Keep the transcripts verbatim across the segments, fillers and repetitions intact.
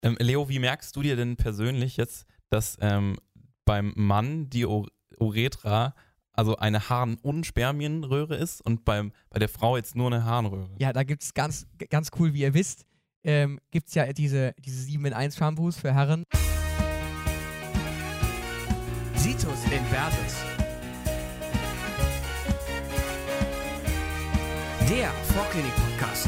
Ähm, Leo, wie merkst du dir denn persönlich jetzt, dass ähm, beim Mann die U- Uretra also eine Harn- und Spermienröhre ist und beim, bei der Frau jetzt nur eine Harnröhre? Ja, da gibt es ganz, ganz cool, wie ihr wisst, ähm, gibt es ja diese, diese sieben in eins Shampoos für Herren. Situs Inversus. Der Vorklinik-Podcast.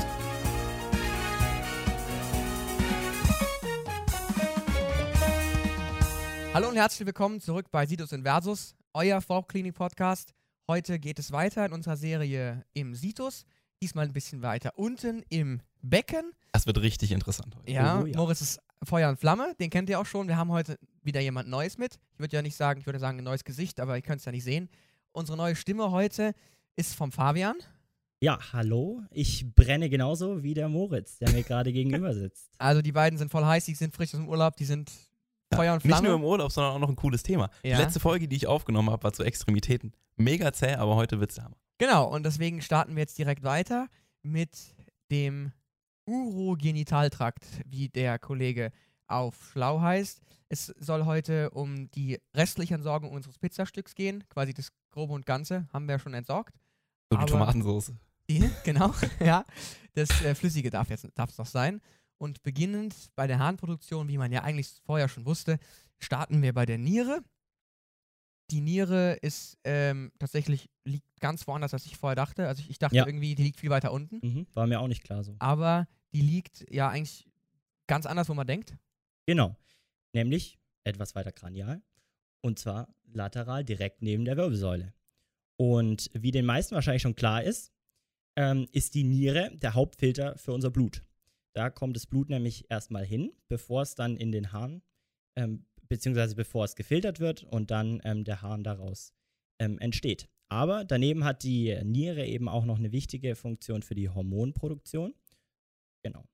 Hallo und herzlich willkommen zurück bei Situs Inversus, euer Vorklinik-Podcast. Heute geht es weiter in unserer Serie im Situs, diesmal ein bisschen weiter unten im Becken. Das wird richtig interessant heute. Ja, Oh, ja. Moritz ist Feuer und Flamme, den kennt ihr auch schon. Wir haben heute wieder jemand Neues mit. Ich würde ja nicht sagen, ich würde sagen ein neues Gesicht, aber ihr könnt es ja nicht sehen. Unsere neue Stimme heute ist vom Fabian. Ja, hallo. Ich brenne genauso wie der Moritz, der mir gerade gegenüber sitzt. Also die beiden sind voll heiß, die sind frisch aus dem Urlaub, die sind Feuer und Flamme. Nicht nur im Urlaub, sondern auch noch ein cooles Thema. Ja. Die letzte Folge, die ich aufgenommen habe, war zu Extremitäten. Mega zäh, aber heute wird's der Hammer. Genau, und deswegen starten wir jetzt direkt weiter mit dem Urogenitaltrakt, wie der Kollege auf Schlau heißt. Es soll heute um die restliche Entsorgung unseres Pizzastücks gehen. Quasi das Grobe und Ganze haben wir schon entsorgt. So die Aber- Tomatensauce. Die, genau, ja. Das äh, Flüssige darf jetzt darf es noch sein. Und beginnend bei der Harnproduktion, wie man ja eigentlich vorher schon wusste, starten wir bei der Niere. Die Niere ist ähm, tatsächlich, liegt ganz woanders, als ich vorher dachte. Also ich, ich dachte Ja. irgendwie, die liegt viel weiter unten. Mhm, war mir auch nicht klar so. Aber die liegt ja eigentlich ganz anders, wo man denkt. Genau. Nämlich etwas weiter kranial. Und zwar lateral direkt neben der Wirbelsäule. Und wie den meisten wahrscheinlich schon klar ist, ähm, ist die Niere der Hauptfilter für unser Blut. Da kommt das Blut nämlich erstmal hin, bevor es dann in den Harn, ähm, beziehungsweise bevor es gefiltert wird und dann ähm, der Harn daraus ähm, entsteht. Aber daneben hat die Niere eben auch noch eine wichtige Funktion für die Hormonproduktion. Genau.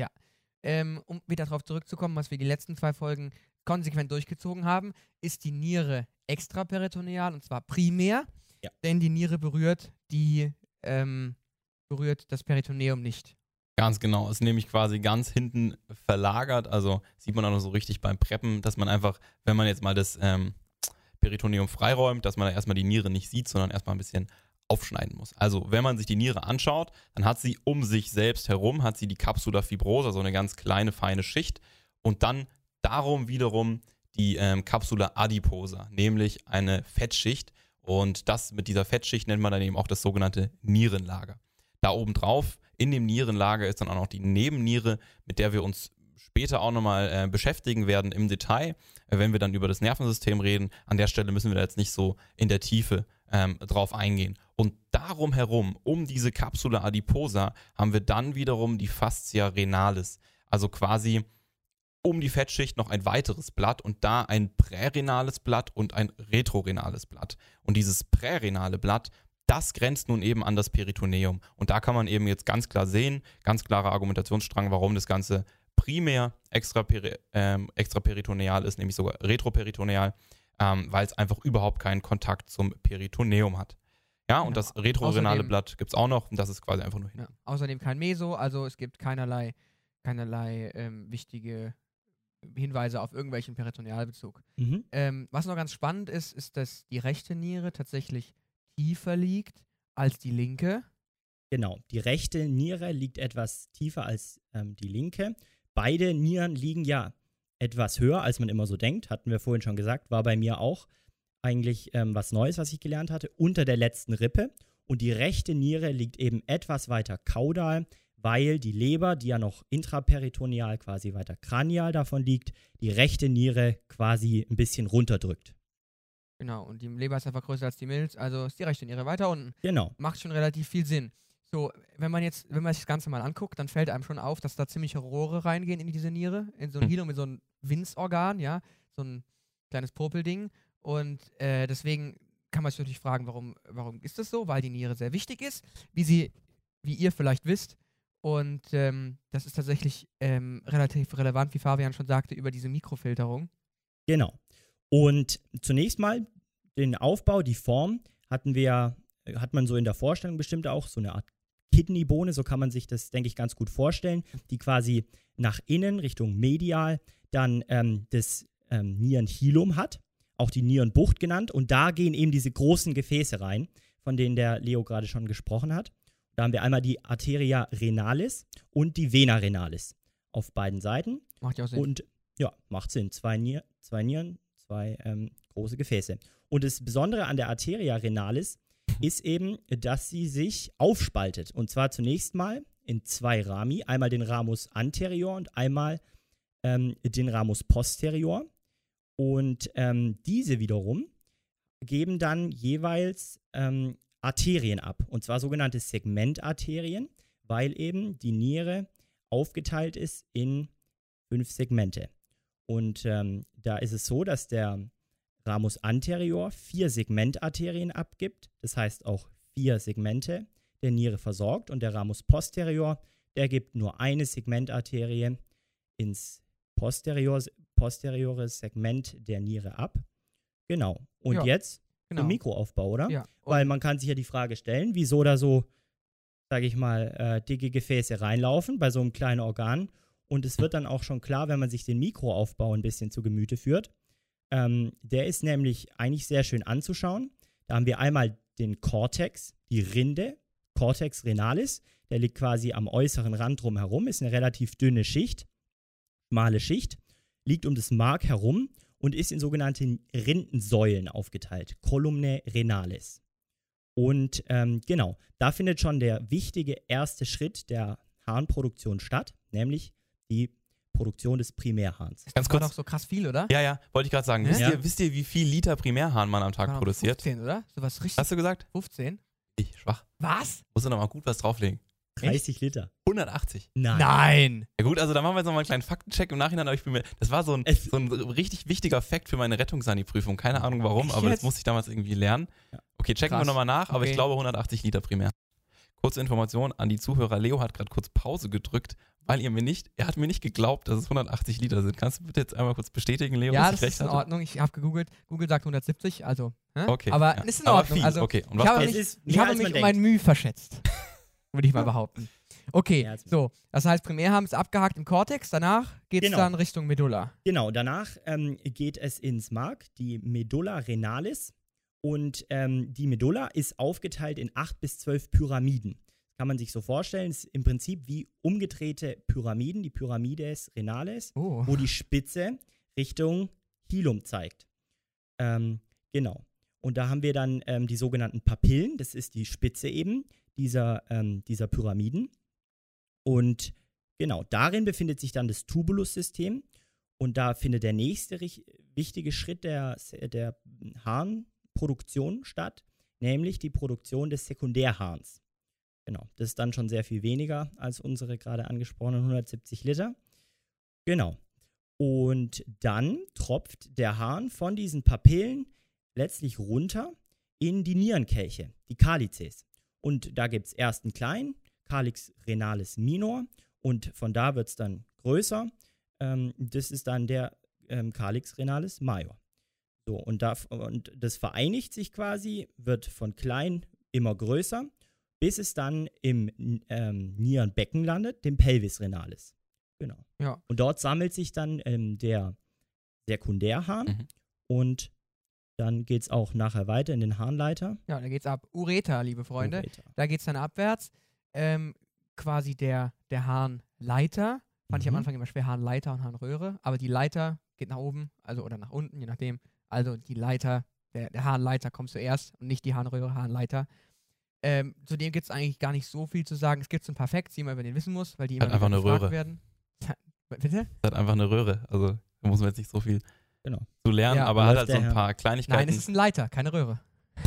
Ähm, um wieder darauf zurückzukommen, was wir die letzten zwei Folgen konsequent durchgezogen haben, ist die Niere extraperitoneal und zwar primär, Ja. denn die Niere berührt die ähm, berührt das Peritoneum nicht. Ganz genau. Ist nämlich quasi ganz hinten verlagert. Also sieht man auch noch so richtig beim Preppen, dass man einfach, wenn man jetzt mal das ähm, Peritoneum freiräumt, dass man da erstmal die Niere nicht sieht, sondern erstmal ein bisschen aufschneiden muss. Also wenn man sich die Niere anschaut, dann hat sie um sich selbst herum, hat sie die Capsula fibrosa, so eine ganz kleine, feine Schicht und dann darum wiederum die ähm, Capsula adiposa, nämlich eine Fettschicht und das mit dieser Fettschicht nennt man dann eben auch das sogenannte Nierenlager. Da oben drauf in dem Nierenlager ist dann auch noch die Nebenniere, mit der wir uns später auch nochmal äh, beschäftigen werden im Detail, äh, wenn wir dann über das Nervensystem reden. An der Stelle müssen wir da jetzt nicht so in der Tiefe ähm, drauf eingehen. Und darum herum, um diese Capsula adiposa, haben wir dann wiederum die Fascia renalis. Also quasi um die Fettschicht noch ein weiteres Blatt und da ein prärenales Blatt und ein retrorenales Blatt. Und dieses prärenale Blatt, das grenzt nun eben an das Peritoneum. Und da kann man eben jetzt ganz klar sehen, ganz klarer Argumentationsstrang, warum das Ganze primär extraperi- ähm, extraperitoneal ist, nämlich sogar retroperitoneal, ähm, weil es einfach überhaupt keinen Kontakt zum Peritoneum hat. Ja, und Genau. das retrorenale Außerdem- Blatt gibt es auch noch und das ist quasi einfach nur hinten. Ja. Außerdem kein Meso, also es gibt keinerlei, keinerlei ähm, wichtige Hinweise auf irgendwelchen Peritonealbezug. Mhm. Ähm, was noch ganz spannend ist, ist, dass die rechte Niere tatsächlich tiefer liegt als die linke. Genau, die rechte Niere liegt etwas tiefer als ähm, die linke. Beide Nieren liegen ja etwas höher, als man immer so denkt, hatten wir vorhin schon gesagt, war bei mir auch eigentlich ähm, was Neues, was ich gelernt hatte, unter der letzten Rippe. Und die rechte Niere liegt eben etwas weiter kaudal, weil die Leber, die ja noch intraperitoneal quasi weiter kranial davon liegt, die rechte Niere quasi ein bisschen runterdrückt. Genau, und die Leber ist einfach größer als die Milz, also ist die rechte Niere weiter unten. Genau. Macht schon relativ viel Sinn. So, wenn man jetzt, wenn man sich das Ganze mal anguckt, dann fällt einem schon auf, dass da ziemliche Rohre reingehen in diese Niere, in so ein Hm. Hilum, in so ein Winzorgan, ja, so ein kleines Popelding. Und äh, deswegen kann man sich natürlich fragen, warum, warum ist das so? Weil die Niere sehr wichtig ist, wie sie, wie ihr vielleicht wisst. Und ähm, das ist tatsächlich ähm, relativ relevant, wie Fabian schon sagte, über diese Mikrofilterung. Genau. Und zunächst mal den Aufbau, die Form hatten wir, hat man so in der Vorstellung bestimmt auch so eine Art Kidneybohne, so kann man sich das, denke ich, ganz gut vorstellen, die quasi nach innen Richtung medial dann ähm, das ähm, Nierenhilum hat, auch die Nierenbucht genannt, und da gehen eben diese großen Gefäße rein, von denen der Leo gerade schon gesprochen hat. Da haben wir einmal die Arteria renalis und die Vena renalis auf beiden Seiten. Macht ja auch Sinn. Und ja, macht Sinn. Zwei, Nier, zwei Nieren, zwei ähm, große Gefäße. Und das Besondere an der Arteria renalis ist eben, dass sie sich aufspaltet. Und zwar zunächst mal in zwei Rami. Einmal den Ramus anterior und einmal ähm, den Ramus posterior. Und ähm, diese wiederum geben dann jeweils ähm, Arterien ab. Und zwar sogenannte Segmentarterien, weil eben die Niere aufgeteilt ist in fünf Segmente. Und ähm, da ist es so, dass der Ramus anterior vier Segmentarterien abgibt, das heißt auch vier Segmente der Niere versorgt, und der Ramus posterior, der gibt nur eine Segmentarterie ins posterior, posteriore Segment der Niere ab. Genau. Und Ja, jetzt genau. im Mikroaufbau, oder? Ja. Weil man kann sich ja die Frage stellen, wieso da so, sage ich mal, äh, dicke Gefäße reinlaufen bei so einem kleinen Organ. Und es wird dann auch schon klar, wenn man sich den Mikroaufbau ein bisschen zu Gemüte führt. Ähm, der ist nämlich eigentlich sehr schön anzuschauen. Da haben wir einmal den Cortex, die Rinde, Cortex renalis. Der liegt quasi am äußeren Rand drumherum, ist eine relativ dünne Schicht, schmale Schicht, liegt um das Mark herum und ist in sogenannte Rindensäulen aufgeteilt, Columnae renalis. Und ähm, genau, da findet schon der wichtige erste Schritt der Harnproduktion statt, nämlich die Produktion des Primärharns. Ganz Das war kurz. doch so krass viel, oder? Ja, ja, wollte ich gerade sagen. Hä? Wisst, Ja. ihr, wisst ihr, wie viel Liter Primärhahn man am Tag War doch produziert? fünfzehn, oder? So was richtig. Hast du gesagt? fünfzehn? Ich, schwach. Was? Musst du noch mal gut was drauflegen. dreißig Liter. hundertachtzig. Nein. Nein. Ja gut, also da machen wir jetzt nochmal einen kleinen Faktencheck im Nachhinein, aber ich bin mir, das war so ein, Es- so ein richtig wichtiger Fakt für meine Rettungssani-Prüfung. Keine Ahnung warum, Echt aber das jetzt? musste ich damals irgendwie lernen. Ja. Okay, checken wir Krass. nochmal nach, aber ich Okay. glaube hundertachtzig Liter primär. Kurze Information an die Zuhörer. Leo hat gerade kurz Pause gedrückt, weil ihr mir nicht, er hat mir nicht geglaubt, dass es hundertachtzig Liter sind. Kannst du bitte jetzt einmal kurz bestätigen, Leo, Ja, dass das ich ist recht in hatte? Ordnung. Ich habe gegoogelt. Google sagt hundertsiebzig, also. Hä? Okay. Aber ja. ist in Aber Ordnung. viel, Also, okay. Und ich was habe war- Es mich, ist ich mehr, habe als mich man um mein Mühe verschätzt. Würde ich mal behaupten. Okay, Mehr als man so. Das heißt, Primärharn ist abgehakt im Kortex. Danach geht es Genau. dann Richtung Medulla. Genau, danach ähm, geht es ins Mark, die Medulla renalis. Und ähm, die Medulla ist aufgeteilt in acht bis zwölf Pyramiden. Kann man sich so vorstellen, ist im Prinzip wie umgedrehte Pyramiden, die Pyramides renales, Oh. wo die Spitze Richtung Hilum zeigt. Ähm, genau. Und da haben wir dann ähm, die sogenannten Papillen, das ist die Spitze eben dieser, ähm, dieser Pyramiden. Und genau, darin befindet sich dann das Tubulussystem. Und da findet der nächste rich- wichtige Schritt der, der Harnproduktion statt, nämlich die Produktion des Sekundärharns. Genau, das ist dann schon sehr viel weniger als unsere gerade angesprochenen hundertsiebzig Liter. Genau. Und dann tropft der Harn von diesen Papillen letztlich runter in die Nierenkelche, die Calices. Und da gibt es erst einen kleinen, Calix renalis minor, und von da wird es dann größer. Ähm, das ist dann der ähm, Calix renalis major. So, und, da, und das vereinigt sich quasi, wird von klein immer größer, bis es dann im ähm, Nierenbecken landet, dem Pelvis renalis. Genau. Ja. Und dort sammelt sich dann ähm, der Sekundärharn Mhm. und dann geht es auch nachher weiter in den Harnleiter. Ja, da geht's ab. Ureter, liebe Freunde. Ureter. Da geht es dann abwärts. Ähm, quasi der, der Harnleiter. Fand ich am Mhm. Anfang immer schwer, Harnleiter und Harnröhre. Aber die Leiter geht nach oben, also oder nach unten, je nachdem. Also die Leiter, der, der Harnleiter kommt zuerst und nicht die Harnröhre, Harnleiter. Ähm, zudem gibt es eigentlich gar nicht so viel zu sagen. Es gibt so ein paar Facts, die man über den wissen muss, weil die immer Hat einfach wieder eine gefragt Röhre. werden. Bitte? Das hat einfach eine Röhre. Also da muss man jetzt nicht so viel Genau. zu lernen, Ja, aber da hat läuft halt so der ein Herr. paar Kleinigkeiten. Nein, es ist ein Leiter, keine Röhre.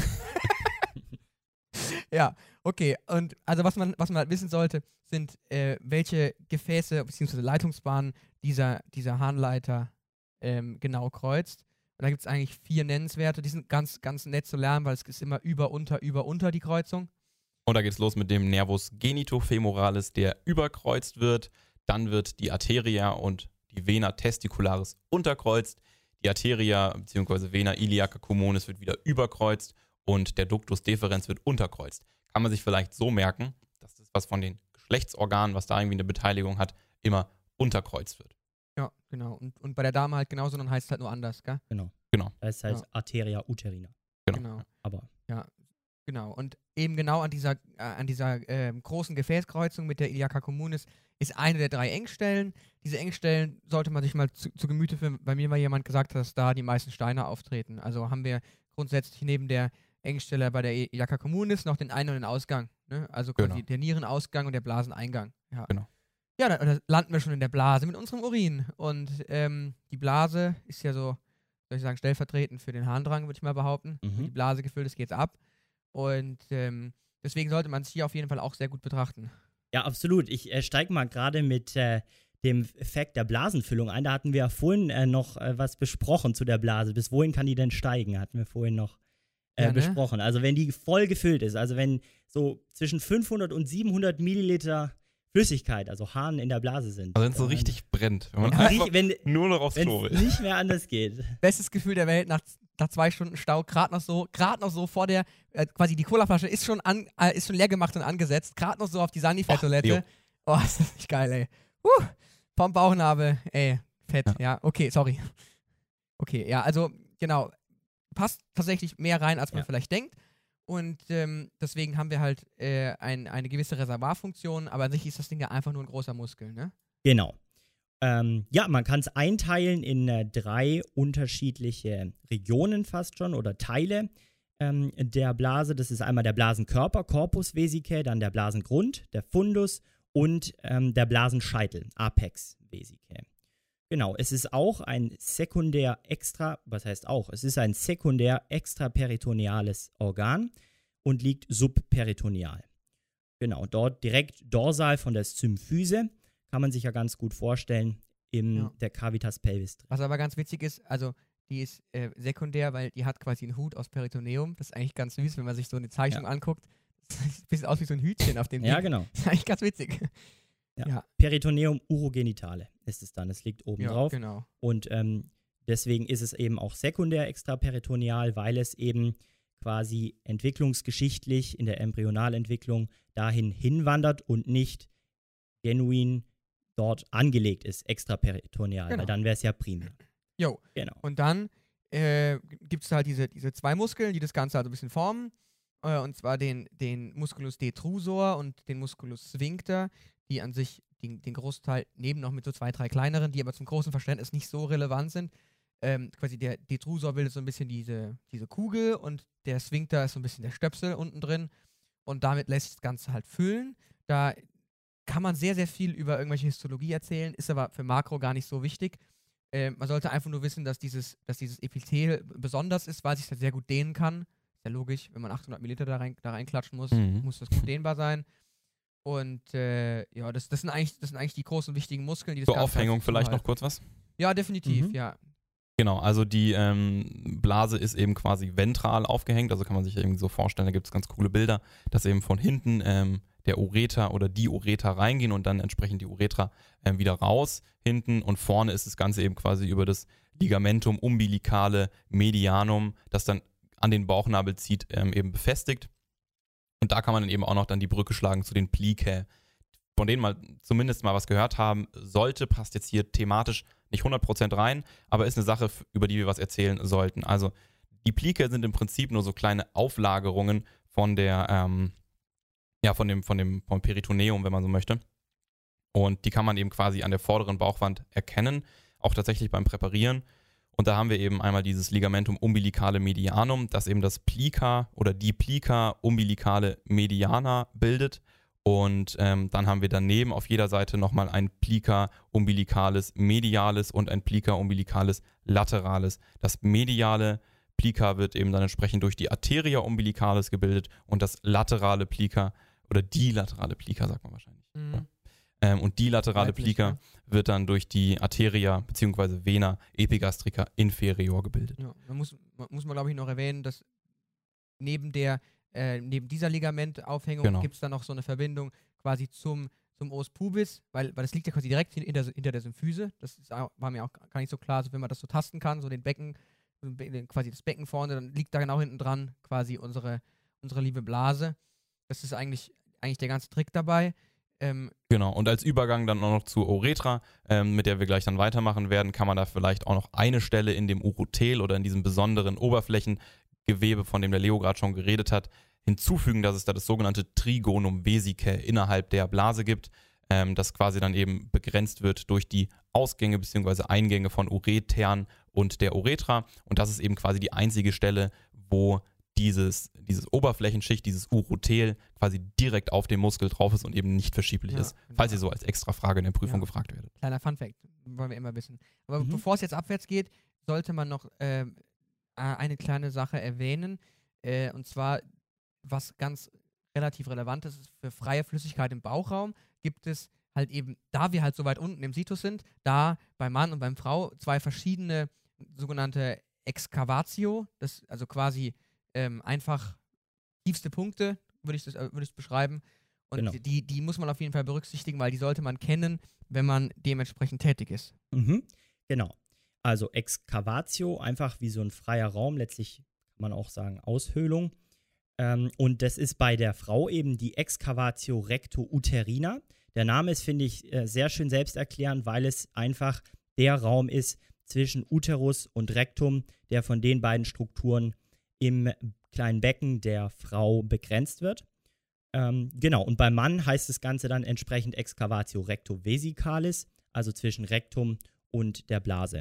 Ja, okay. Und also was man, was man halt wissen sollte, sind, äh, welche Gefäße bzw. Leitungsbahnen dieser, dieser Harnleiter ähm, genau kreuzt. Und da gibt es eigentlich vier Nennenswerte, die sind ganz, ganz nett zu lernen, weil es ist immer über, unter, über, unter die Kreuzung. Und da geht's los mit dem Nervus genitofemoralis, der überkreuzt wird. Dann wird die Arteria und die Vena testicularis unterkreuzt. Die Arteria bzw. Vena iliaca communis wird wieder überkreuzt und der Ductus deferens wird unterkreuzt. Kann man sich vielleicht so merken, dass das was von den Geschlechtsorganen, was da irgendwie eine Beteiligung hat, immer unterkreuzt wird. Ja, genau. Und, und bei der Dame halt genauso, dann heißt es halt nur anders, gell? Genau. Genau. Da ist halt Ja. Arteria uterina. Genau. Genau. Aber Genau, und eben genau an dieser, äh, an dieser ähm, großen Gefäßkreuzung mit der Iliaca communis ist eine der drei Engstellen. Diese Engstellen sollte man sich mal zu, zu Gemüte führen. Bei mir mal jemand gesagt, dass da die meisten Steine auftreten. Also haben wir grundsätzlich neben der Engstelle bei der Iliaca communis noch den Ein- und den Ausgang. Ne? Also quasi Genau. der Nierenausgang und der Blaseneingang. Ja, Genau. ja da, da landen wir schon in der Blase mit unserem Urin. Und ähm, die Blase ist ja so, soll ich sagen, stellvertretend für den Harndrang, würde ich mal behaupten. Mhm. Wenn die Blase gefüllt ist, geht's ab. Und ähm, deswegen sollte man es hier auf jeden Fall auch sehr gut betrachten. ja, absolut. Ich äh, steige mal gerade mit äh, dem Effekt der Blasenfüllung ein. Da hatten wir ja vorhin äh, noch äh, was besprochen zu der Blase. Bis wohin kann die denn steigen? Hatten wir vorhin noch äh, Ja, ne? besprochen. Also wenn die voll gefüllt ist, also wenn so zwischen fünfhundert und siebenhundert Milliliter Flüssigkeit, also Harn in der Blase sind. Also wenn es so dann- richtig brennt. Wenn man Wenn einfach es wenn, nur noch aufs Klo will. nicht mehr anders geht. Bestes Gefühl der Welt nach, nach zwei Stunden Stau, gerade noch so, gerade noch so vor der, äh, quasi die Colaflasche ist schon, an, äh, ist schon leer gemacht und angesetzt, gerade noch so auf die Sanifair-Toilette. Oh, ist das nicht geil, ey. Huh, vom Bauchnabel, ey, fett, ja. Ja. okay, sorry. Okay, ja, also, genau, passt tatsächlich mehr rein, als man Ja. vielleicht denkt. Und ähm, deswegen haben wir halt äh, ein, eine gewisse Reservoirfunktion, aber an sich ist das Ding ja einfach nur ein großer Muskel, ne? Genau. Ähm, ja, man kann es einteilen in äh, drei unterschiedliche Regionen fast schon oder Teile ähm, der Blase. Das ist einmal der Blasenkörper, Corpus vesicae, dann der Blasengrund, der Fundus und ähm, der Blasenscheitel, Apex vesicae. Genau, es ist auch ein sekundär extra, was heißt auch, es ist ein sekundär extraperitoneales Organ und liegt subperitoneal. Genau, dort direkt dorsal von der Symphyse, kann man sich ja ganz gut vorstellen, in Ja. der Cavitas pelvis drin. Was aber ganz witzig ist, also die ist äh, sekundär, weil die hat quasi einen Hut aus Peritoneum. Das ist eigentlich ganz süß, wenn man sich so eine Zeichnung anguckt. Das sieht ein bisschen aus wie so ein Hütchen auf dem Ja, Ding. genau. Das ist eigentlich ganz witzig. Ja. Ja. Peritoneum urogenitale ist es dann, es liegt oben Ja, drauf. genau. Und ähm, deswegen ist es eben auch sekundär extraperitoneal, weil es eben quasi entwicklungsgeschichtlich in der Embryonalentwicklung dahin hinwandert und nicht genuin dort angelegt ist, extraperitoneal, Genau. weil dann wäre es ja primär. Jo, Genau. und dann äh, gibt es halt diese, diese zwei Muskeln, die das Ganze also ein bisschen formen. Äh, und zwar den, den Musculus detrusor und den Musculus sphincter, die an sich den, den Großteil neben noch mit so zwei, drei kleineren, die aber zum großen Verständnis nicht so relevant sind. Ähm, quasi der Detrusor bildet so ein bisschen diese, diese Kugel und der Sphincter ist so ein bisschen der Stöpsel unten drin. Und damit lässt sich das Ganze halt füllen. Da kann man sehr, sehr viel über irgendwelche Histologie erzählen, ist aber für Makro gar nicht so wichtig. Ähm, man sollte einfach nur wissen, dass dieses, dass dieses Epithel besonders ist, weil sich das sehr gut dehnen kann. Ist ja logisch, wenn man achthundert Milliliter da, rein, da reinklatschen muss, Mhm. muss das gut dehnbar sein. Und äh, ja, das, das, sind eigentlich, das sind eigentlich die großen wichtigen Muskeln, die das Zur Ganze Aufhängung halt vielleicht noch zuhalten. kurz was. Ja, definitiv, Mhm. ja. Genau, also die ähm, Blase ist eben quasi ventral aufgehängt, also kann man sich irgendwie so vorstellen, da gibt es ganz coole Bilder, dass eben von hinten ähm, der Ureter oder die Ureter reingehen und dann entsprechend die Uretra ähm, wieder raus hinten und vorne ist das Ganze eben quasi über das Ligamentum umbilicale medianum, das dann an den Bauchnabel zieht, ähm, eben befestigt. Und da kann man dann eben auch noch dann die Brücke schlagen zu den Plicae, von denen man zumindest mal was gehört haben sollte, passt jetzt hier thematisch nicht hundert Prozent rein, aber ist eine Sache, über die wir was erzählen sollten. Also die Plicae sind im Prinzip nur so kleine Auflagerungen von der, ähm, ja, von dem, von dem vom Peritoneum, wenn man so möchte. Und die kann man eben quasi an der vorderen Bauchwand erkennen, auch tatsächlich beim Präparieren. Und da haben wir eben einmal dieses Ligamentum umbilicale medianum, das eben das Plica oder die Plica umbilicale mediana bildet. Und ähm, dann haben wir daneben auf jeder Seite nochmal ein Plica umbilicales medialis und ein Plica umbilicales lateralis. Das mediale Plica wird eben dann entsprechend durch die Arteria umbilicalis gebildet und das laterale Plica oder die laterale Plica, sagt man wahrscheinlich. Mhm. Ja. Ähm, und die laterale Weiblich, Plica ne? wird dann durch die Arteria bzw. Vena epigastrica inferior gebildet. Ja, man muss, man, muss man glaube ich noch erwähnen, dass neben der, äh, neben dieser Ligamentaufhängung Genau. gibt es dann noch so eine Verbindung quasi zum, zum Os pubis, weil, weil das liegt ja quasi direkt hinter, hinter der Symphyse. Das ist, auch- war mir auch gar nicht so klar, so wenn man das so tasten kann, so den Becken, so den Be- quasi das Becken vorne, dann liegt da genau hinten dran quasi unsere, unsere liebe Blase. Das ist eigentlich eigentlich der ganze Trick dabei. Ähm, Genau, und als Übergang dann auch noch zur Uretra, ähm, mit der wir gleich dann weitermachen werden, kann man da vielleicht auch noch eine Stelle in dem Urothel oder in diesem besonderen Oberflächengewebe, von dem der Leo gerade schon geredet hat, hinzufügen, dass es da das sogenannte Trigonum vesicae innerhalb der Blase gibt, ähm, das quasi dann eben begrenzt wird durch die Ausgänge bzw. Eingänge von Uretern und der Uretra. Und das ist eben quasi die einzige Stelle, wo dieses, dieses Oberflächenschicht, dieses Urothel quasi direkt auf dem Muskel drauf ist und eben nicht verschieblich Ja, ist, genau. falls ihr so als extra Frage in der Prüfung Ja. gefragt werdet. Kleiner Funfact, wollen wir immer wissen. Aber Mhm. bevor es jetzt abwärts geht, sollte man noch ähm, äh, eine kleine Sache erwähnen. Äh, und zwar, was ganz relativ relevant ist, ist für freie Flüssigkeit im Bauchraum gibt es halt eben, da wir halt so weit unten im Situs sind, da beim Mann und beim Frau zwei verschiedene sogenannte Excavatio, das also quasi ähm, einfach tiefste Punkte, würde ich das äh, würde ich beschreiben. Und Genau. die, die muss man auf jeden Fall berücksichtigen, weil die sollte man kennen, wenn man dementsprechend tätig ist. Mhm. Genau. Also Excavatio, einfach wie so ein freier Raum, letztlich kann man auch sagen Aushöhlung. Ähm, und das ist bei der Frau eben die Excavatio recto uterina. Der Name ist, finde ich, äh, sehr schön selbsterklärend, weil es einfach der Raum ist zwischen Uterus und Rektum, der von den beiden Strukturen im kleinen Becken der Frau begrenzt wird. Ähm, genau, und beim Mann heißt das Ganze dann entsprechend Excavatio recto vesicalis, also zwischen Rektum und der Blase.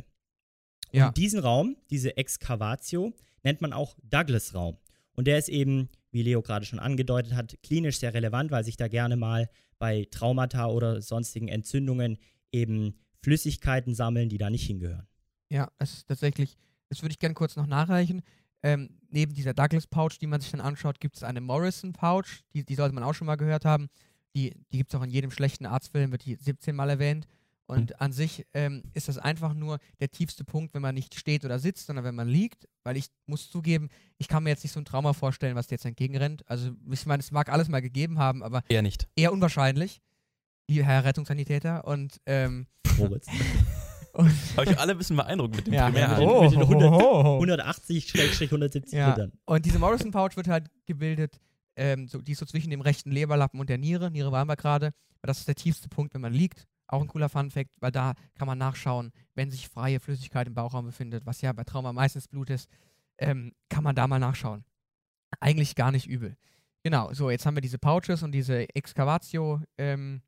Ja. Und diesen Raum, diese Excavatio, nennt man auch Douglas-Raum. Und der ist eben, wie Leo gerade schon angedeutet hat, klinisch sehr relevant, weil sich da gerne mal bei Traumata oder sonstigen Entzündungen eben Flüssigkeiten sammeln, die da nicht hingehören. Ja, das ist tatsächlich, das würde ich gerne kurz noch nachreichen. Ähm, neben dieser Douglas-Pouch, die man sich dann anschaut, gibt es eine Morrison-Pouch, die, die sollte man auch schon mal gehört haben. Die, die gibt es auch in jedem schlechten Arztfilm, wird die siebzehn Mal erwähnt. Und Mhm. an sich ähm, ist das einfach nur der tiefste Punkt, wenn man nicht steht oder sitzt, sondern wenn man liegt. Weil ich muss zugeben, ich kann mir jetzt nicht so ein Trauma vorstellen, was dir jetzt entgegenrennt. Also ich meine, es mag alles mal gegeben haben, aber Eher nicht. eher unwahrscheinlich, die Herr Rettungssanitäter. Und, ähm, Moritz. und Habe ich alle ein bisschen beeindruckt mit dem Ja. Primärhalt. Oh. mit den hundert ho. hundertachtzig hundertsiebzig Ja. Litern. Und diese Morrison Pouch wird halt gebildet, ähm, so, die ist so zwischen dem rechten Leberlappen und der Niere. Niere waren wir gerade. Aber das ist der tiefste Punkt, wenn man liegt. Auch ein cooler Funfact, weil da kann man nachschauen, wenn sich freie Flüssigkeit im Bauchraum befindet, was ja bei Trauma meistens Blut ist, ähm, kann man da mal nachschauen. Eigentlich gar nicht übel. Genau, so, jetzt haben wir diese Pouches und diese Excavatio ähm,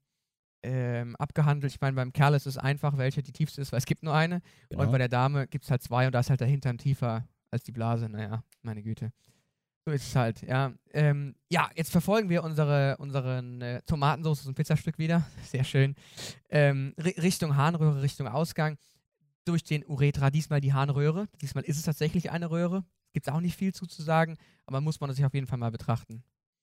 ähm, abgehandelt. Ich meine, beim Kerl ist es einfach, welche die tiefste ist, weil es gibt nur eine. Genau. Und bei der Dame gibt es halt zwei und da ist halt der Hintern tiefer als die Blase. Naja, meine Güte. So ist es halt, ja. Ähm, ja, jetzt verfolgen wir unsere unseren äh, Tomatensauce und Pizzastück wieder. Sehr schön. Ähm, Ri- Richtung Harnröhre, Richtung Ausgang. Durch den Uretra, diesmal die Harnröhre. Diesmal ist es tatsächlich eine Röhre. Gibt es auch nicht viel zu, zu sagen, aber muss man sich auf jeden Fall mal betrachten.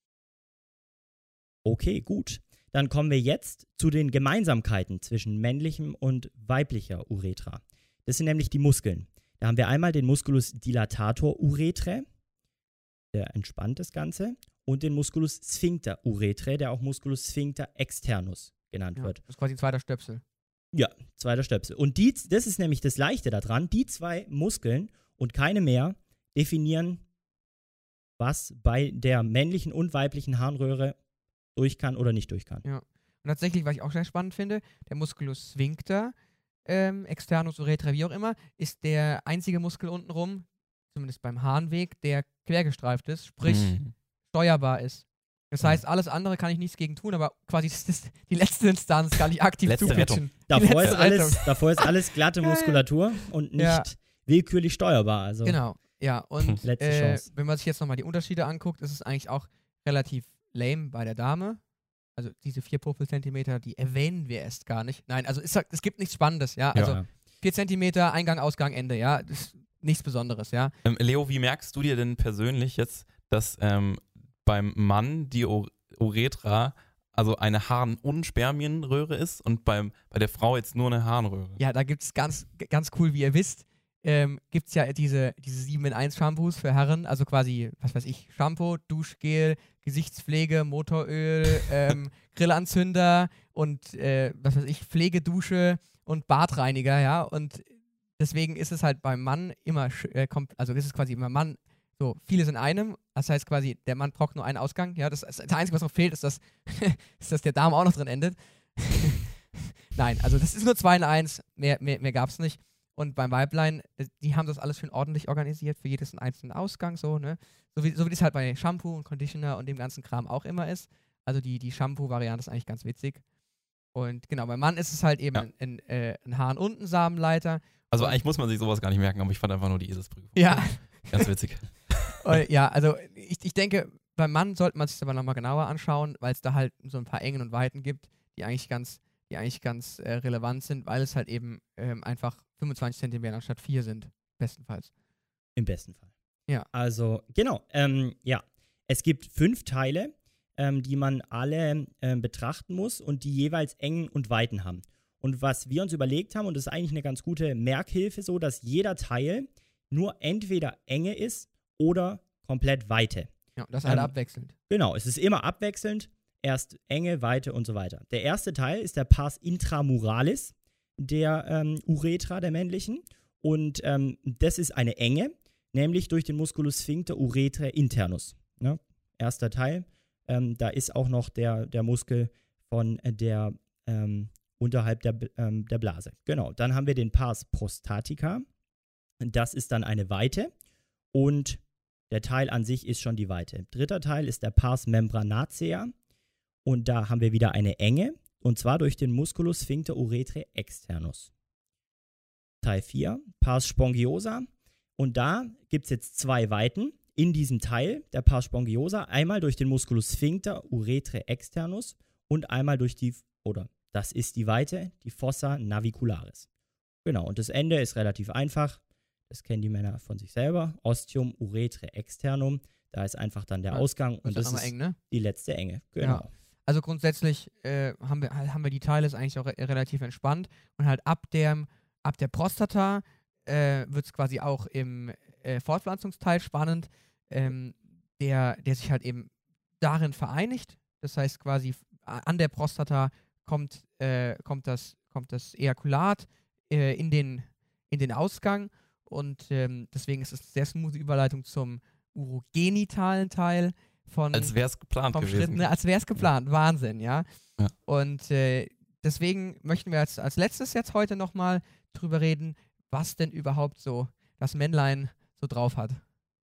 Okay, gut. Dann kommen wir jetzt zu den Gemeinsamkeiten zwischen männlichem und weiblicher Uretra. Das sind nämlich die Muskeln. Da haben wir einmal den Musculus dilatator uretrae, der entspannt das Ganze, und den Musculus sphincter uretrae, der auch Musculus sphincter externus genannt Ja, wird. das ist quasi ein zweiter Stöpsel. Ja, zweiter Stöpsel. Und die, das ist nämlich das Leichte daran, die zwei Muskeln und keine mehr definieren, was bei der männlichen und weiblichen Harnröhre durch kann oder nicht durch kann. Ja. Und tatsächlich, was ich auch sehr spannend finde, der Musculus sphincter, ähm, externus uretrae, wie auch immer, ist der einzige Muskel untenrum, zumindest beim Harnweg, der quergestreift ist, sprich Mhm. steuerbar ist. Das Ja. heißt, alles andere kann ich nichts gegen tun, aber quasi das ist die letzte Instanz kann ich aktiv Letzte zupitchen. Die Davor ist, letzte alles, Rettung. davor ist alles glatte Geil. Muskulatur und nicht Ja. willkürlich steuerbar. Also Genau, ja. Und Letzte äh, Chance. wenn man sich jetzt nochmal die Unterschiede anguckt, ist es eigentlich auch relativ lame bei der Dame. Also diese vier Popelzentimeter, die erwähnen wir erst gar nicht. Nein, also ist, es gibt nichts Spannendes, ja. Also ja. vier Zentimeter, Eingang, Ausgang, Ende, ja. Das ist nichts Besonderes, ja. Ähm, Leo, wie merkst du dir denn persönlich jetzt, dass ähm, beim Mann die U- Uretra also eine Harn- und Spermienröhre ist und beim, bei der Frau jetzt nur eine Harnröhre? Ja, da gibt es ganz, ganz cool, wie ihr wisst, ähm, gibt es ja diese, diese sieben in eins Shampoos für Herren, also quasi, was weiß ich, Shampoo, Duschgel, Gesichtspflege, Motoröl, ähm, Grillanzünder und, äh, was weiß ich, Pflegedusche und Badreiniger, ja, und deswegen ist es halt beim Mann immer, sch- äh, kommt, also ist es quasi immer Mann So, vieles in einem. Das heißt quasi, der Mann braucht nur einen Ausgang. Ja, das, das Einzige, was noch fehlt, ist, dass, ist, dass der Darm auch noch drin endet. Nein, also das ist nur zwei in eins. Mehr, mehr, mehr gab es nicht. Und beim Weiblein, die haben das alles schön ordentlich organisiert, für jedes einen einzelnen Ausgang, so, ne? So wie, so wie das halt bei Shampoo und Conditioner und dem ganzen Kram auch immer ist. Also die, die Shampoo-Variante ist eigentlich ganz witzig. Und genau, beim Mann ist es halt eben Ja. ein, ein, äh, ein Hahn- und ein Samenleiter. Also Und- eigentlich muss man sich sowas gar nicht merken, aber ich fand einfach nur die Eselsbrücke. Ja, Ganz witzig. und, ja, also ich, ich denke, beim Mann sollte man sich das aber nochmal genauer anschauen, weil es da halt so ein paar Engen und Weiten gibt, die eigentlich ganz, die eigentlich ganz äh, relevant sind, weil es halt eben ähm, einfach fünfundzwanzig Zentimeter anstatt vier sind, bestenfalls. Im besten Fall. Ja. Also, genau. Ähm, ja. Es gibt fünf Teile, ähm, die man alle ähm, betrachten muss und die jeweils Engen und Weiten haben. Und was wir uns überlegt haben, und das ist eigentlich eine ganz gute Merkhilfe, so, dass jeder Teil nur entweder Enge ist oder komplett Weite. Ja, und das halt Ähm, abwechselnd. Genau, es ist immer abwechselnd. Erst Enge, Weite und so weiter. Der erste Teil ist der Pars intramuralis der ähm, Uretra der männlichen. Und ähm, das ist eine Enge, nämlich durch den Musculus sphincter uretrae internus. Ne? Erster Teil. Ähm, da ist auch noch der, der Muskel von der ähm, unterhalb der, ähm, der Blase. Genau. Dann haben wir den Pars prostatica. Das ist dann eine Weite. Und der Teil an sich ist schon die Weite. Dritter Teil ist der Pars membranacea. Und da haben wir wieder eine Enge. Und zwar durch den Musculus sphincter uretrae externus. Teil vier, Pars spongiosa. Und da gibt es jetzt zwei Weiten in diesem Teil der Pars spongiosa. Einmal durch den Musculus sphincter uretrae externus und einmal durch die, oder das ist die Weite, die Fossa navicularis. Genau, und das Ende ist relativ einfach. Das kennen die Männer von sich selber. Ostium uretrae externum. Da ist einfach dann der Ja, Ausgang und Das das ist ist eng, ne? die letzte Enge. Genau. Ja. Also grundsätzlich äh, haben, wir, haben wir die Teile, ist eigentlich auch re relativ entspannt. Und halt ab der, ab der Prostata äh, wird es quasi auch im äh, Fortpflanzungsteil spannend, ähm, der, der sich halt eben darin vereinigt. Das heißt quasi an der Prostata kommt, äh, kommt, das, kommt das Ejakulat äh, in, den, in den Ausgang. Und ähm, deswegen ist es eine sehr smooth Überleitung zum urogenitalen Teil von Als wäre es geplant vom gewesen. Schritt, ne, als wäre es geplant. Wahnsinn, ja. Ja. Und äh, deswegen möchten wir als, als letztes jetzt heute nochmal drüber reden, was denn überhaupt so das Männlein so drauf hat.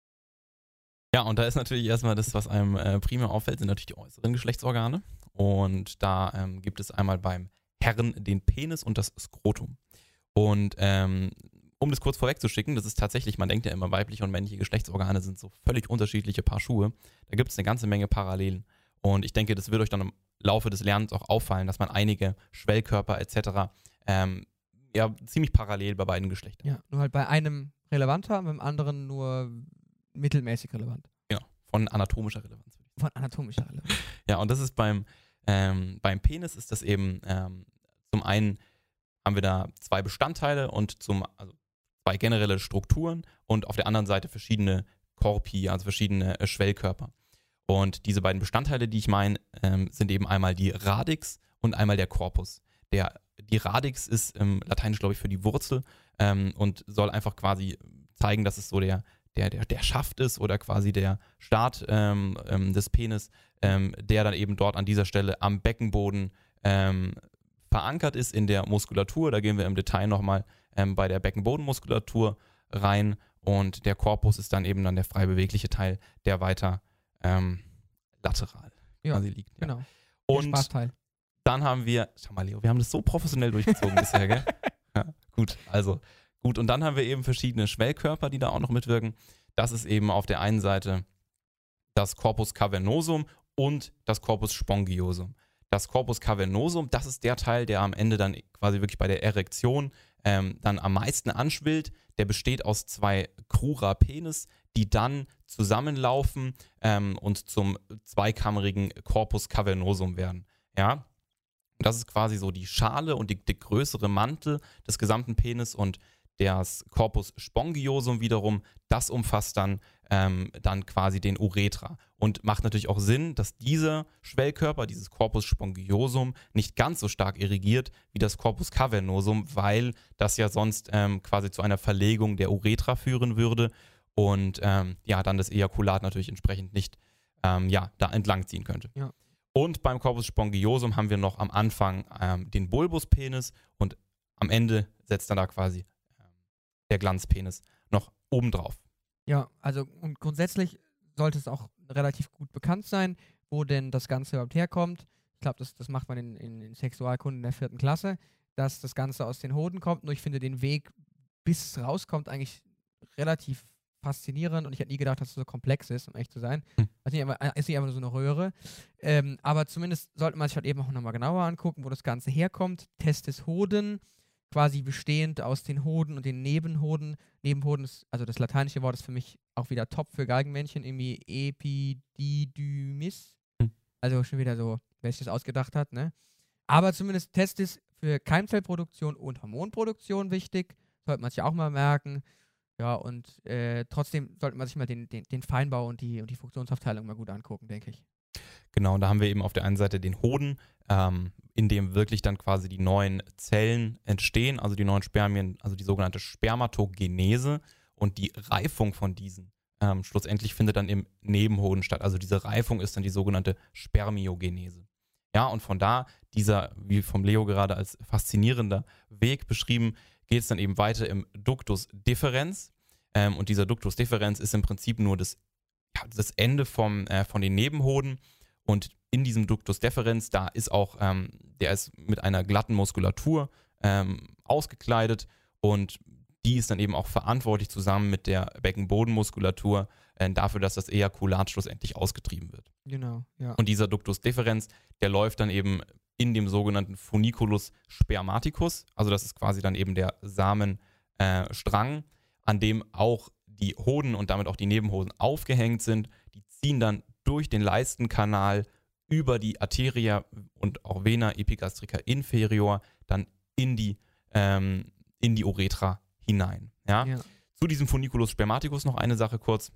Ja, und da ist natürlich erstmal das, was einem äh, primär auffällt, sind natürlich die äußeren Geschlechtsorgane. Und da ähm, gibt es einmal beim Herren den Penis und das Skrotum. Und ähm, um das kurz vorwegzuschicken, das ist tatsächlich, man denkt ja immer, weibliche und männliche Geschlechtsorgane sind so völlig unterschiedliche Paar Schuhe. Da gibt es eine ganze Menge Parallelen. Und ich denke, das wird euch dann im Laufe des Lernens auch auffallen, dass man einige Schwellkörper et cetera ähm, ja ziemlich parallel bei beiden Geschlechtern. Ja, nur halt bei einem relevanter, beim anderen nur mittelmäßig relevant. Genau, von anatomischer Relevanz. Von anatomischer Relevanz. Ja, und das ist beim, ähm, beim Penis ist das eben ähm, zum einen haben wir da zwei Bestandteile und zum, also zwei generelle Strukturen und auf der anderen Seite verschiedene Korpi, also verschiedene äh, Schwellkörper. Und diese beiden Bestandteile, die ich meine, ähm, sind eben einmal die Radix und einmal der Corpus. Der, die Radix ist ähm, lateinisch, glaube ich, für die Wurzel ähm, und soll einfach quasi zeigen, dass es so der, der, der, der Schaft ist oder quasi der Start ähm, ähm, des Penis, ähm, der dann eben dort an dieser Stelle am Beckenboden ähm, verankert ist in der Muskulatur. Da gehen wir im Detail nochmal ähm, bei der Beckenbodenmuskulatur rein und der Korpus ist dann eben dann der frei bewegliche Teil, der weiter ähm, lateral Ja, quasi liegt. Ja. Genau. Der Und Spaßteil. dann haben wir, schau mal Leo, wir haben das so professionell durchgezogen bisher, gell? Ja, gut, also gut. Und dann haben wir eben verschiedene Schwellkörper, die da auch noch mitwirken. Das ist eben auf der einen Seite das Corpus cavernosum und das Corpus spongiosum. Das Corpus cavernosum, das ist der Teil, der am Ende dann quasi wirklich bei der Erektion ähm, dann am meisten anschwillt. Der besteht aus zwei Crura penis, die dann zusammenlaufen ähm, und zum zweikammerigen Corpus cavernosum werden. Ja, und das ist quasi so die Schale und die, der größere Mantel des gesamten Penis und das Corpus spongiosum wiederum, das umfasst dann, ähm, dann quasi den Uretra und macht natürlich auch Sinn, dass dieser Schwellkörper, dieses Corpus spongiosum, nicht ganz so stark irrigiert wie das Corpus cavernosum, weil das ja sonst ähm, quasi zu einer Verlegung der Uretra führen würde und ähm, ja, dann das Ejakulat natürlich entsprechend nicht ähm, ja, da entlangziehen könnte. Ja. Und beim Corpus spongiosum haben wir noch am Anfang ähm, den Bulbuspenis und am Ende setzt dann da quasi ähm, der Glanzpenis noch obendrauf. Ja, also und grundsätzlich sollte es auch relativ gut bekannt sein, wo denn das Ganze überhaupt herkommt. Ich glaube, das, das macht man in, in, in Sexualkunde in der vierten Klasse, dass das Ganze aus den Hoden kommt. Nur ich finde den Weg, bis es rauskommt, eigentlich relativ faszinierend und ich hätte nie gedacht, dass es so komplex ist, um echt zu sein. Hm. Also nicht einfach, ist nicht einfach nur so eine Röhre. Ähm, aber zumindest sollte man sich halt eben auch nochmal genauer angucken, wo das Ganze herkommt. Testis Hoden, quasi bestehend aus den Hoden und den Nebenhoden. Nebenhoden ist, also das lateinische Wort ist für mich auch wieder top für Galgenmännchen, irgendwie Epididymis. Hm. Also schon wieder so, wer sich das ausgedacht hat, ne? Aber zumindest Testis für Keimzellproduktion und Hormonproduktion wichtig. Sollte man sich auch mal merken. Ja, und äh, trotzdem sollte man sich mal den, den, den Feinbau und die, und die Funktionsaufteilung mal gut angucken, denke ich. Genau, und da haben wir eben auf der einen Seite den Hoden, ähm, in dem wirklich dann quasi die neuen Zellen entstehen, also die neuen Spermien, also die sogenannte Spermatogenese und die Reifung von diesen ähm, schlussendlich findet dann im Nebenhoden statt. Also diese Reifung ist dann die sogenannte Spermiogenese. Ja, und von da, dieser, wie vom Leo gerade als faszinierender Weg beschrieben, geht es dann eben weiter im Ductus deferens. Ähm, und dieser Ductus deferens ist im Prinzip nur das, ja, das Ende vom, äh, von den Nebenhoden. Und in diesem Ductus deferens, da ist auch, ähm, der ist mit einer glatten Muskulatur ähm, ausgekleidet und die ist dann eben auch verantwortlich zusammen mit der Beckenbodenmuskulatur äh, dafür, dass das Ejakulat schlussendlich ausgetrieben wird. Genau, ja. Und dieser Ductus deferens, der läuft dann eben in dem sogenannten Funiculus spermaticus, also das ist quasi dann eben der Samenstrang, äh, an dem auch die Hoden und damit auch die Nebenhoden aufgehängt sind. Die ziehen dann durch den Leistenkanal über die Arteria und auch Vena epigastrica inferior dann in die, ähm, in die Uretra hinein. Ja? ja. Zu diesem Funiculus spermaticus noch eine Sache kurz.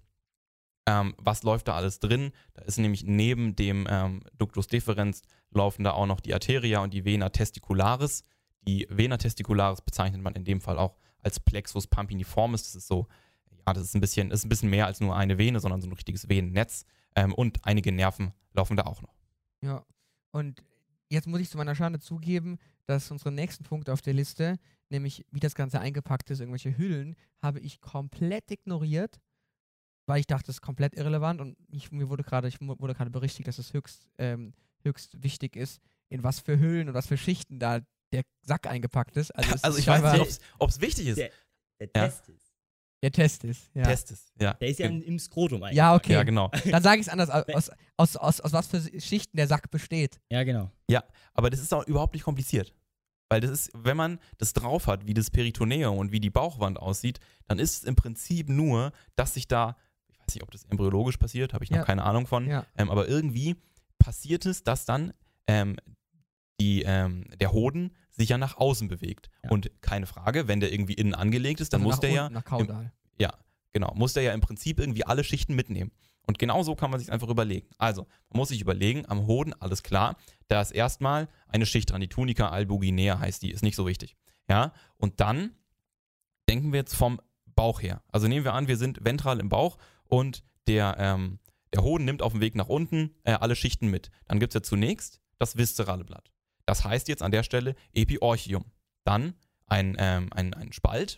Ähm, was läuft da alles drin? Da ist nämlich neben dem ähm, Ductus deferens laufen da auch noch die Arteria und die Vena testicularis. Die Vena testicularis bezeichnet man in dem Fall auch als Plexus pampiniformis. Das ist so, ja, das ist ein bisschen, ist ein bisschen mehr als nur eine Vene, sondern so ein richtiges Venennetz. Ähm, und einige Nerven laufen da auch noch. Ja, und jetzt muss ich zu meiner Schande zugeben, dass unsere nächsten Punkte auf der Liste, nämlich wie das Ganze eingepackt ist, irgendwelche Hüllen, habe ich komplett ignoriert, weil ich dachte, das ist komplett irrelevant und ich, mir wurde gerade, ich wurde gerade berichtigt, dass es höchst, ähm, höchst wichtig ist, in was für Hüllen und was für Schichten da der Sack eingepackt ist. Also, es Also ist ich weiß scheinbar- nicht, ob es wichtig ist. Der, der Ja. Testis. der Test ist. Ja, Testis, ja. Der ist ja im, im Skrotum eigentlich. ja okay. Ja, genau. Dann sage ich es anders, aus, aus, aus, aus was für Schichten der Sack besteht. Ja, genau. Aber das ist auch überhaupt nicht kompliziert. Weil das ist, wenn man das drauf hat, wie das Peritoneum und wie die Bauchwand aussieht, dann ist es im Prinzip nur, dass sich da, ich weiß nicht, ob das embryologisch passiert, habe ich noch Ja. keine Ahnung von, Ja. ähm, aber irgendwie passiert es, dass dann ähm, die, ähm, der Hoden sich ja nach außen bewegt. Ja. Und keine Frage, wenn der irgendwie innen angelegt ist, dann Also muss nach der ja unten, nach Kaudal. Ja, genau. Muss der ja im Prinzip irgendwie alle Schichten mitnehmen. Und genau so kann man sich einfach überlegen. Also, man muss sich überlegen, am Hoden, alles klar, da ist erstmal eine Schicht dran. Die Tunica albuginea heißt die, ist nicht so wichtig. Ja, und dann denken wir jetzt vom Bauch her. Also nehmen wir an, wir sind ventral im Bauch und der, ähm, der Hoden nimmt auf dem Weg nach unten äh, alle Schichten mit. Dann gibt es ja zunächst das viszerale Blatt. Das heißt jetzt an der Stelle Epiorchium. Dann ein, ähm, ein, ein Spalt.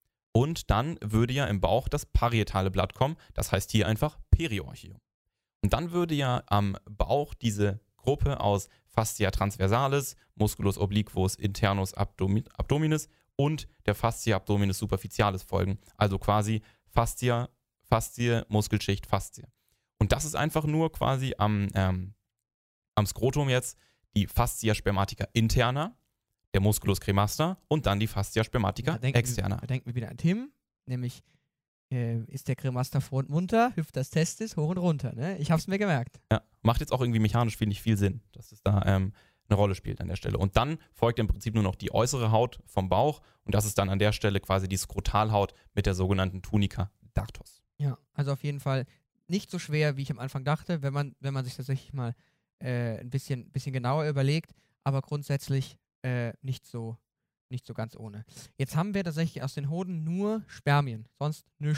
Und dann würde ja im Bauch das parietale Blatt kommen. Das heißt hier einfach Periorchium. Und dann würde ja am Bauch diese Gruppe aus Fascia transversalis, Musculus obliquus internus abdomi- abdominis und der Fascia abdominis superficialis folgen. Also quasi Fascia, Faszie, Muskelschicht, Faszie. Und das ist einfach nur quasi am, ähm, am Skrotum jetzt die Fascia spermatica interna, der Musculus cremaster und dann die Fascia spermatica Da denken, externa. da denken wir wieder an Tim, nämlich äh, ist der Cremaster vor und munter, hüpft das Testis hoch und runter. Ne? Ich hab's mir gemerkt. Ja, macht jetzt auch irgendwie mechanisch viel nicht viel Sinn, dass es da ähm, eine Rolle spielt an der Stelle. Und dann folgt im Prinzip nur noch die äußere Haut vom Bauch und das ist dann an der Stelle quasi die Skrotalhaut mit der sogenannten Tunica dartos. Ja, also auf jeden Fall nicht so schwer, wie ich am Anfang dachte, wenn man, wenn man sich tatsächlich mal äh, ein bisschen, bisschen genauer überlegt, aber grundsätzlich äh, nicht so, nicht so ganz ohne. Jetzt haben wir tatsächlich aus den Hoden nur Spermien, sonst nichts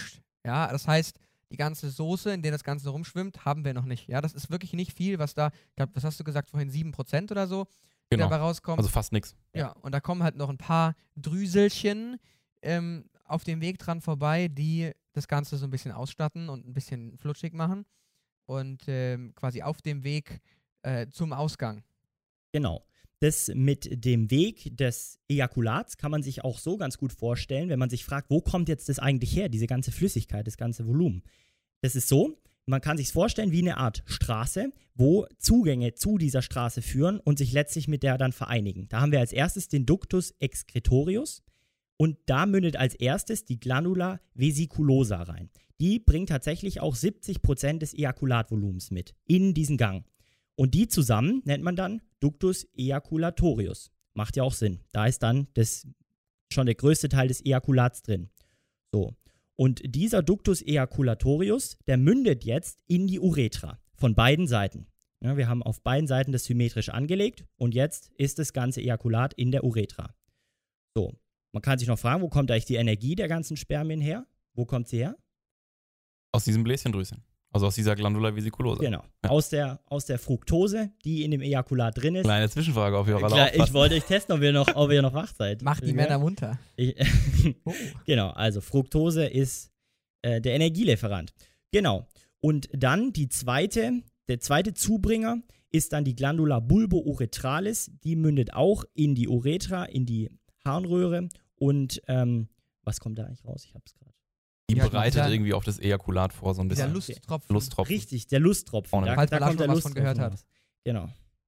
Ja, das heißt, die ganze Soße, in der das Ganze rumschwimmt, haben wir noch nicht. Ja, das ist wirklich nicht viel, was da, ich glaube, was hast du gesagt, vorhin sieben Prozent oder so, die Genau. dabei rauskommt. Also fast nichts. Ja, und da kommen halt noch ein paar Drüselchen ähm, auf dem Weg dran vorbei, die das Ganze so ein bisschen ausstatten und ein bisschen flutschig machen. Und ähm, quasi auf dem Weg äh, zum Ausgang. Genau. Das mit dem Weg des Ejakulats kann man sich auch so ganz gut vorstellen, wenn man sich fragt, wo kommt jetzt das eigentlich her, diese ganze Flüssigkeit, das ganze Volumen. Das ist so, man kann sich vorstellen wie eine Art Straße, wo Zugänge zu dieser Straße führen und sich letztlich mit der dann vereinigen. Da haben wir als erstes den Ductus excretorius und da mündet als erstes die Glandula vesiculosa rein. Die bringt tatsächlich auch siebzig Prozent des Ejakulatvolumens mit in diesen Gang. Und die zusammen nennt man dann Ductus ejaculatorius. Macht ja auch Sinn. Da ist dann das, schon der größte Teil des Ejakulats drin. So. Und dieser Ductus ejaculatorius, der mündet jetzt in die Uretra von beiden Seiten. Ja, wir haben auf beiden Seiten das symmetrisch angelegt und jetzt ist das ganze Ejakulat in der Uretra. So. Man kann sich noch fragen, wo kommt eigentlich die Energie der ganzen Spermien her? Wo kommt sie her? Aus diesem Bläschendrüschen. Also aus dieser Glandula vesiculosa. Genau. Ja. Aus, der, aus der Fructose, die in dem Ejakulat drin ist. Kleine Zwischenfrage, ob ihr auch alle Klar, ich aufpasst. wollte euch testen, ob ihr noch, ob ihr noch wach seid. Macht die Ja. Männer munter. Ich, Oh. genau, also Fructose ist äh, der Energielieferant. Genau. Und dann die zweite, der zweite Zubringer ist dann die Glandula bulbouretralis. Die mündet auch in die Uretra, in die Harnröhre. Und ähm, was kommt da eigentlich raus? Ich hab's gerade. Die Ja, bereitet dieser- irgendwie auch das Ejakulat vor, so ein Dieser bisschen. Lusttropfen. Lusttropfen. Richtig, der Lusttropfen. Vorne. Da, Falls da man da kommt schon der was von Lusttropfen gehört hat. raus. Genau.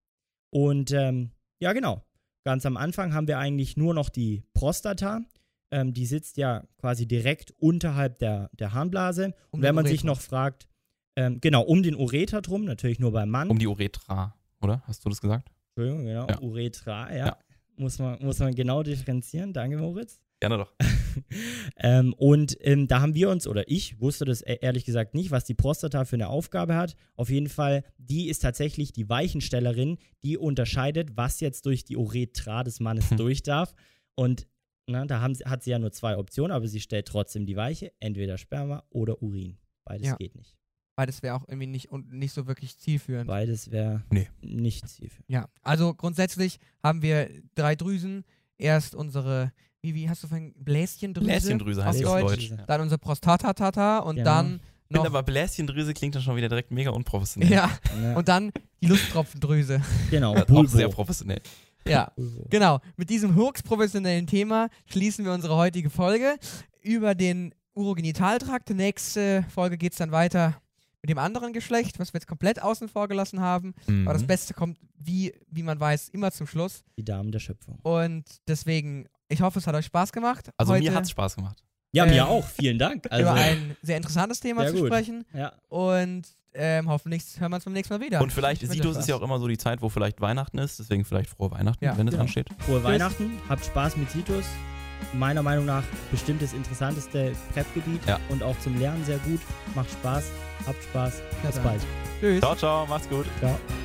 Und ähm, ja, genau. Ganz am Anfang haben wir eigentlich nur noch die Prostata. Ähm, die sitzt ja quasi direkt unterhalb der, der Harnblase. Um Und wenn den man sich Ureter. noch fragt, ähm, genau, um den Ureter drum, natürlich nur beim Mann. Um die Uretra, oder? Hast du das gesagt? Entschuldigung, genau, Ja. Uretra, ja. Ja. Muss, man, muss man genau differenzieren. Danke, Moritz. Gerne doch. ähm, und ähm, da haben wir uns, oder ich wusste das e- ehrlich gesagt nicht, was die Prostata für eine Aufgabe hat. Auf jeden Fall, die ist tatsächlich die Weichenstellerin, die unterscheidet, was jetzt durch die Uretra des Mannes durch darf. Und na, da haben, sie- hat sie ja nur zwei Optionen, aber sie stellt trotzdem die Weiche, entweder Sperma oder Urin. Beides Ja. geht nicht. Beides wäre auch irgendwie nicht, und nicht so wirklich zielführend. Beides wäre Nee. nicht zielführend. Ja, also grundsätzlich haben wir drei Drüsen. Erst unsere, wie, wie hast du vorhin, Bläschendrüse? Bläschendrüse auf heißt es auf Deutsch. Deutsch. Ja. Dann unsere Prostatata und Genau. dann Bin noch, aber Bläschendrüse klingt dann schon wieder direkt mega unprofessionell. ja, Ja, und dann die Lusttropfendrüse. genau, Auch Bulbo. sehr professionell. Ja, Bulbo. genau. Mit diesem höchst professionellen Thema schließen wir unsere heutige Folge über den Urogenitaltrakt. Nächste Folge geht es dann weiter mit dem anderen Geschlecht, was wir jetzt komplett außen vor gelassen haben. Mhm. Aber das Beste kommt, wie, wie man weiß, immer zum Schluss. Die Damen der Schöpfung. Und deswegen, ich hoffe, es hat euch Spaß gemacht. Also heute mir hat es Spaß gemacht. Ja, Ähm, mir auch. Vielen Dank. Also, über ein sehr interessantes Thema sehr zu gut. sprechen. ja. Und ähm, hoffentlich hören wir uns beim nächsten Mal wieder. Und vielleicht, Ich wünsche Situs euch ist ja was. auch immer so die Zeit, wo vielleicht Weihnachten ist. Deswegen vielleicht frohe Weihnachten, Ja, wenn es genau. ansteht. Frohe Weihnachten, habt Spaß mit Situs. Meiner Meinung nach bestimmt das interessanteste Prep-Gebiet Ja. und auch zum Lernen sehr gut. Macht Spaß, habt Spaß. Ja, Bis dann. bald. Tschüss. Ciao, ciao, macht's gut. Ciao.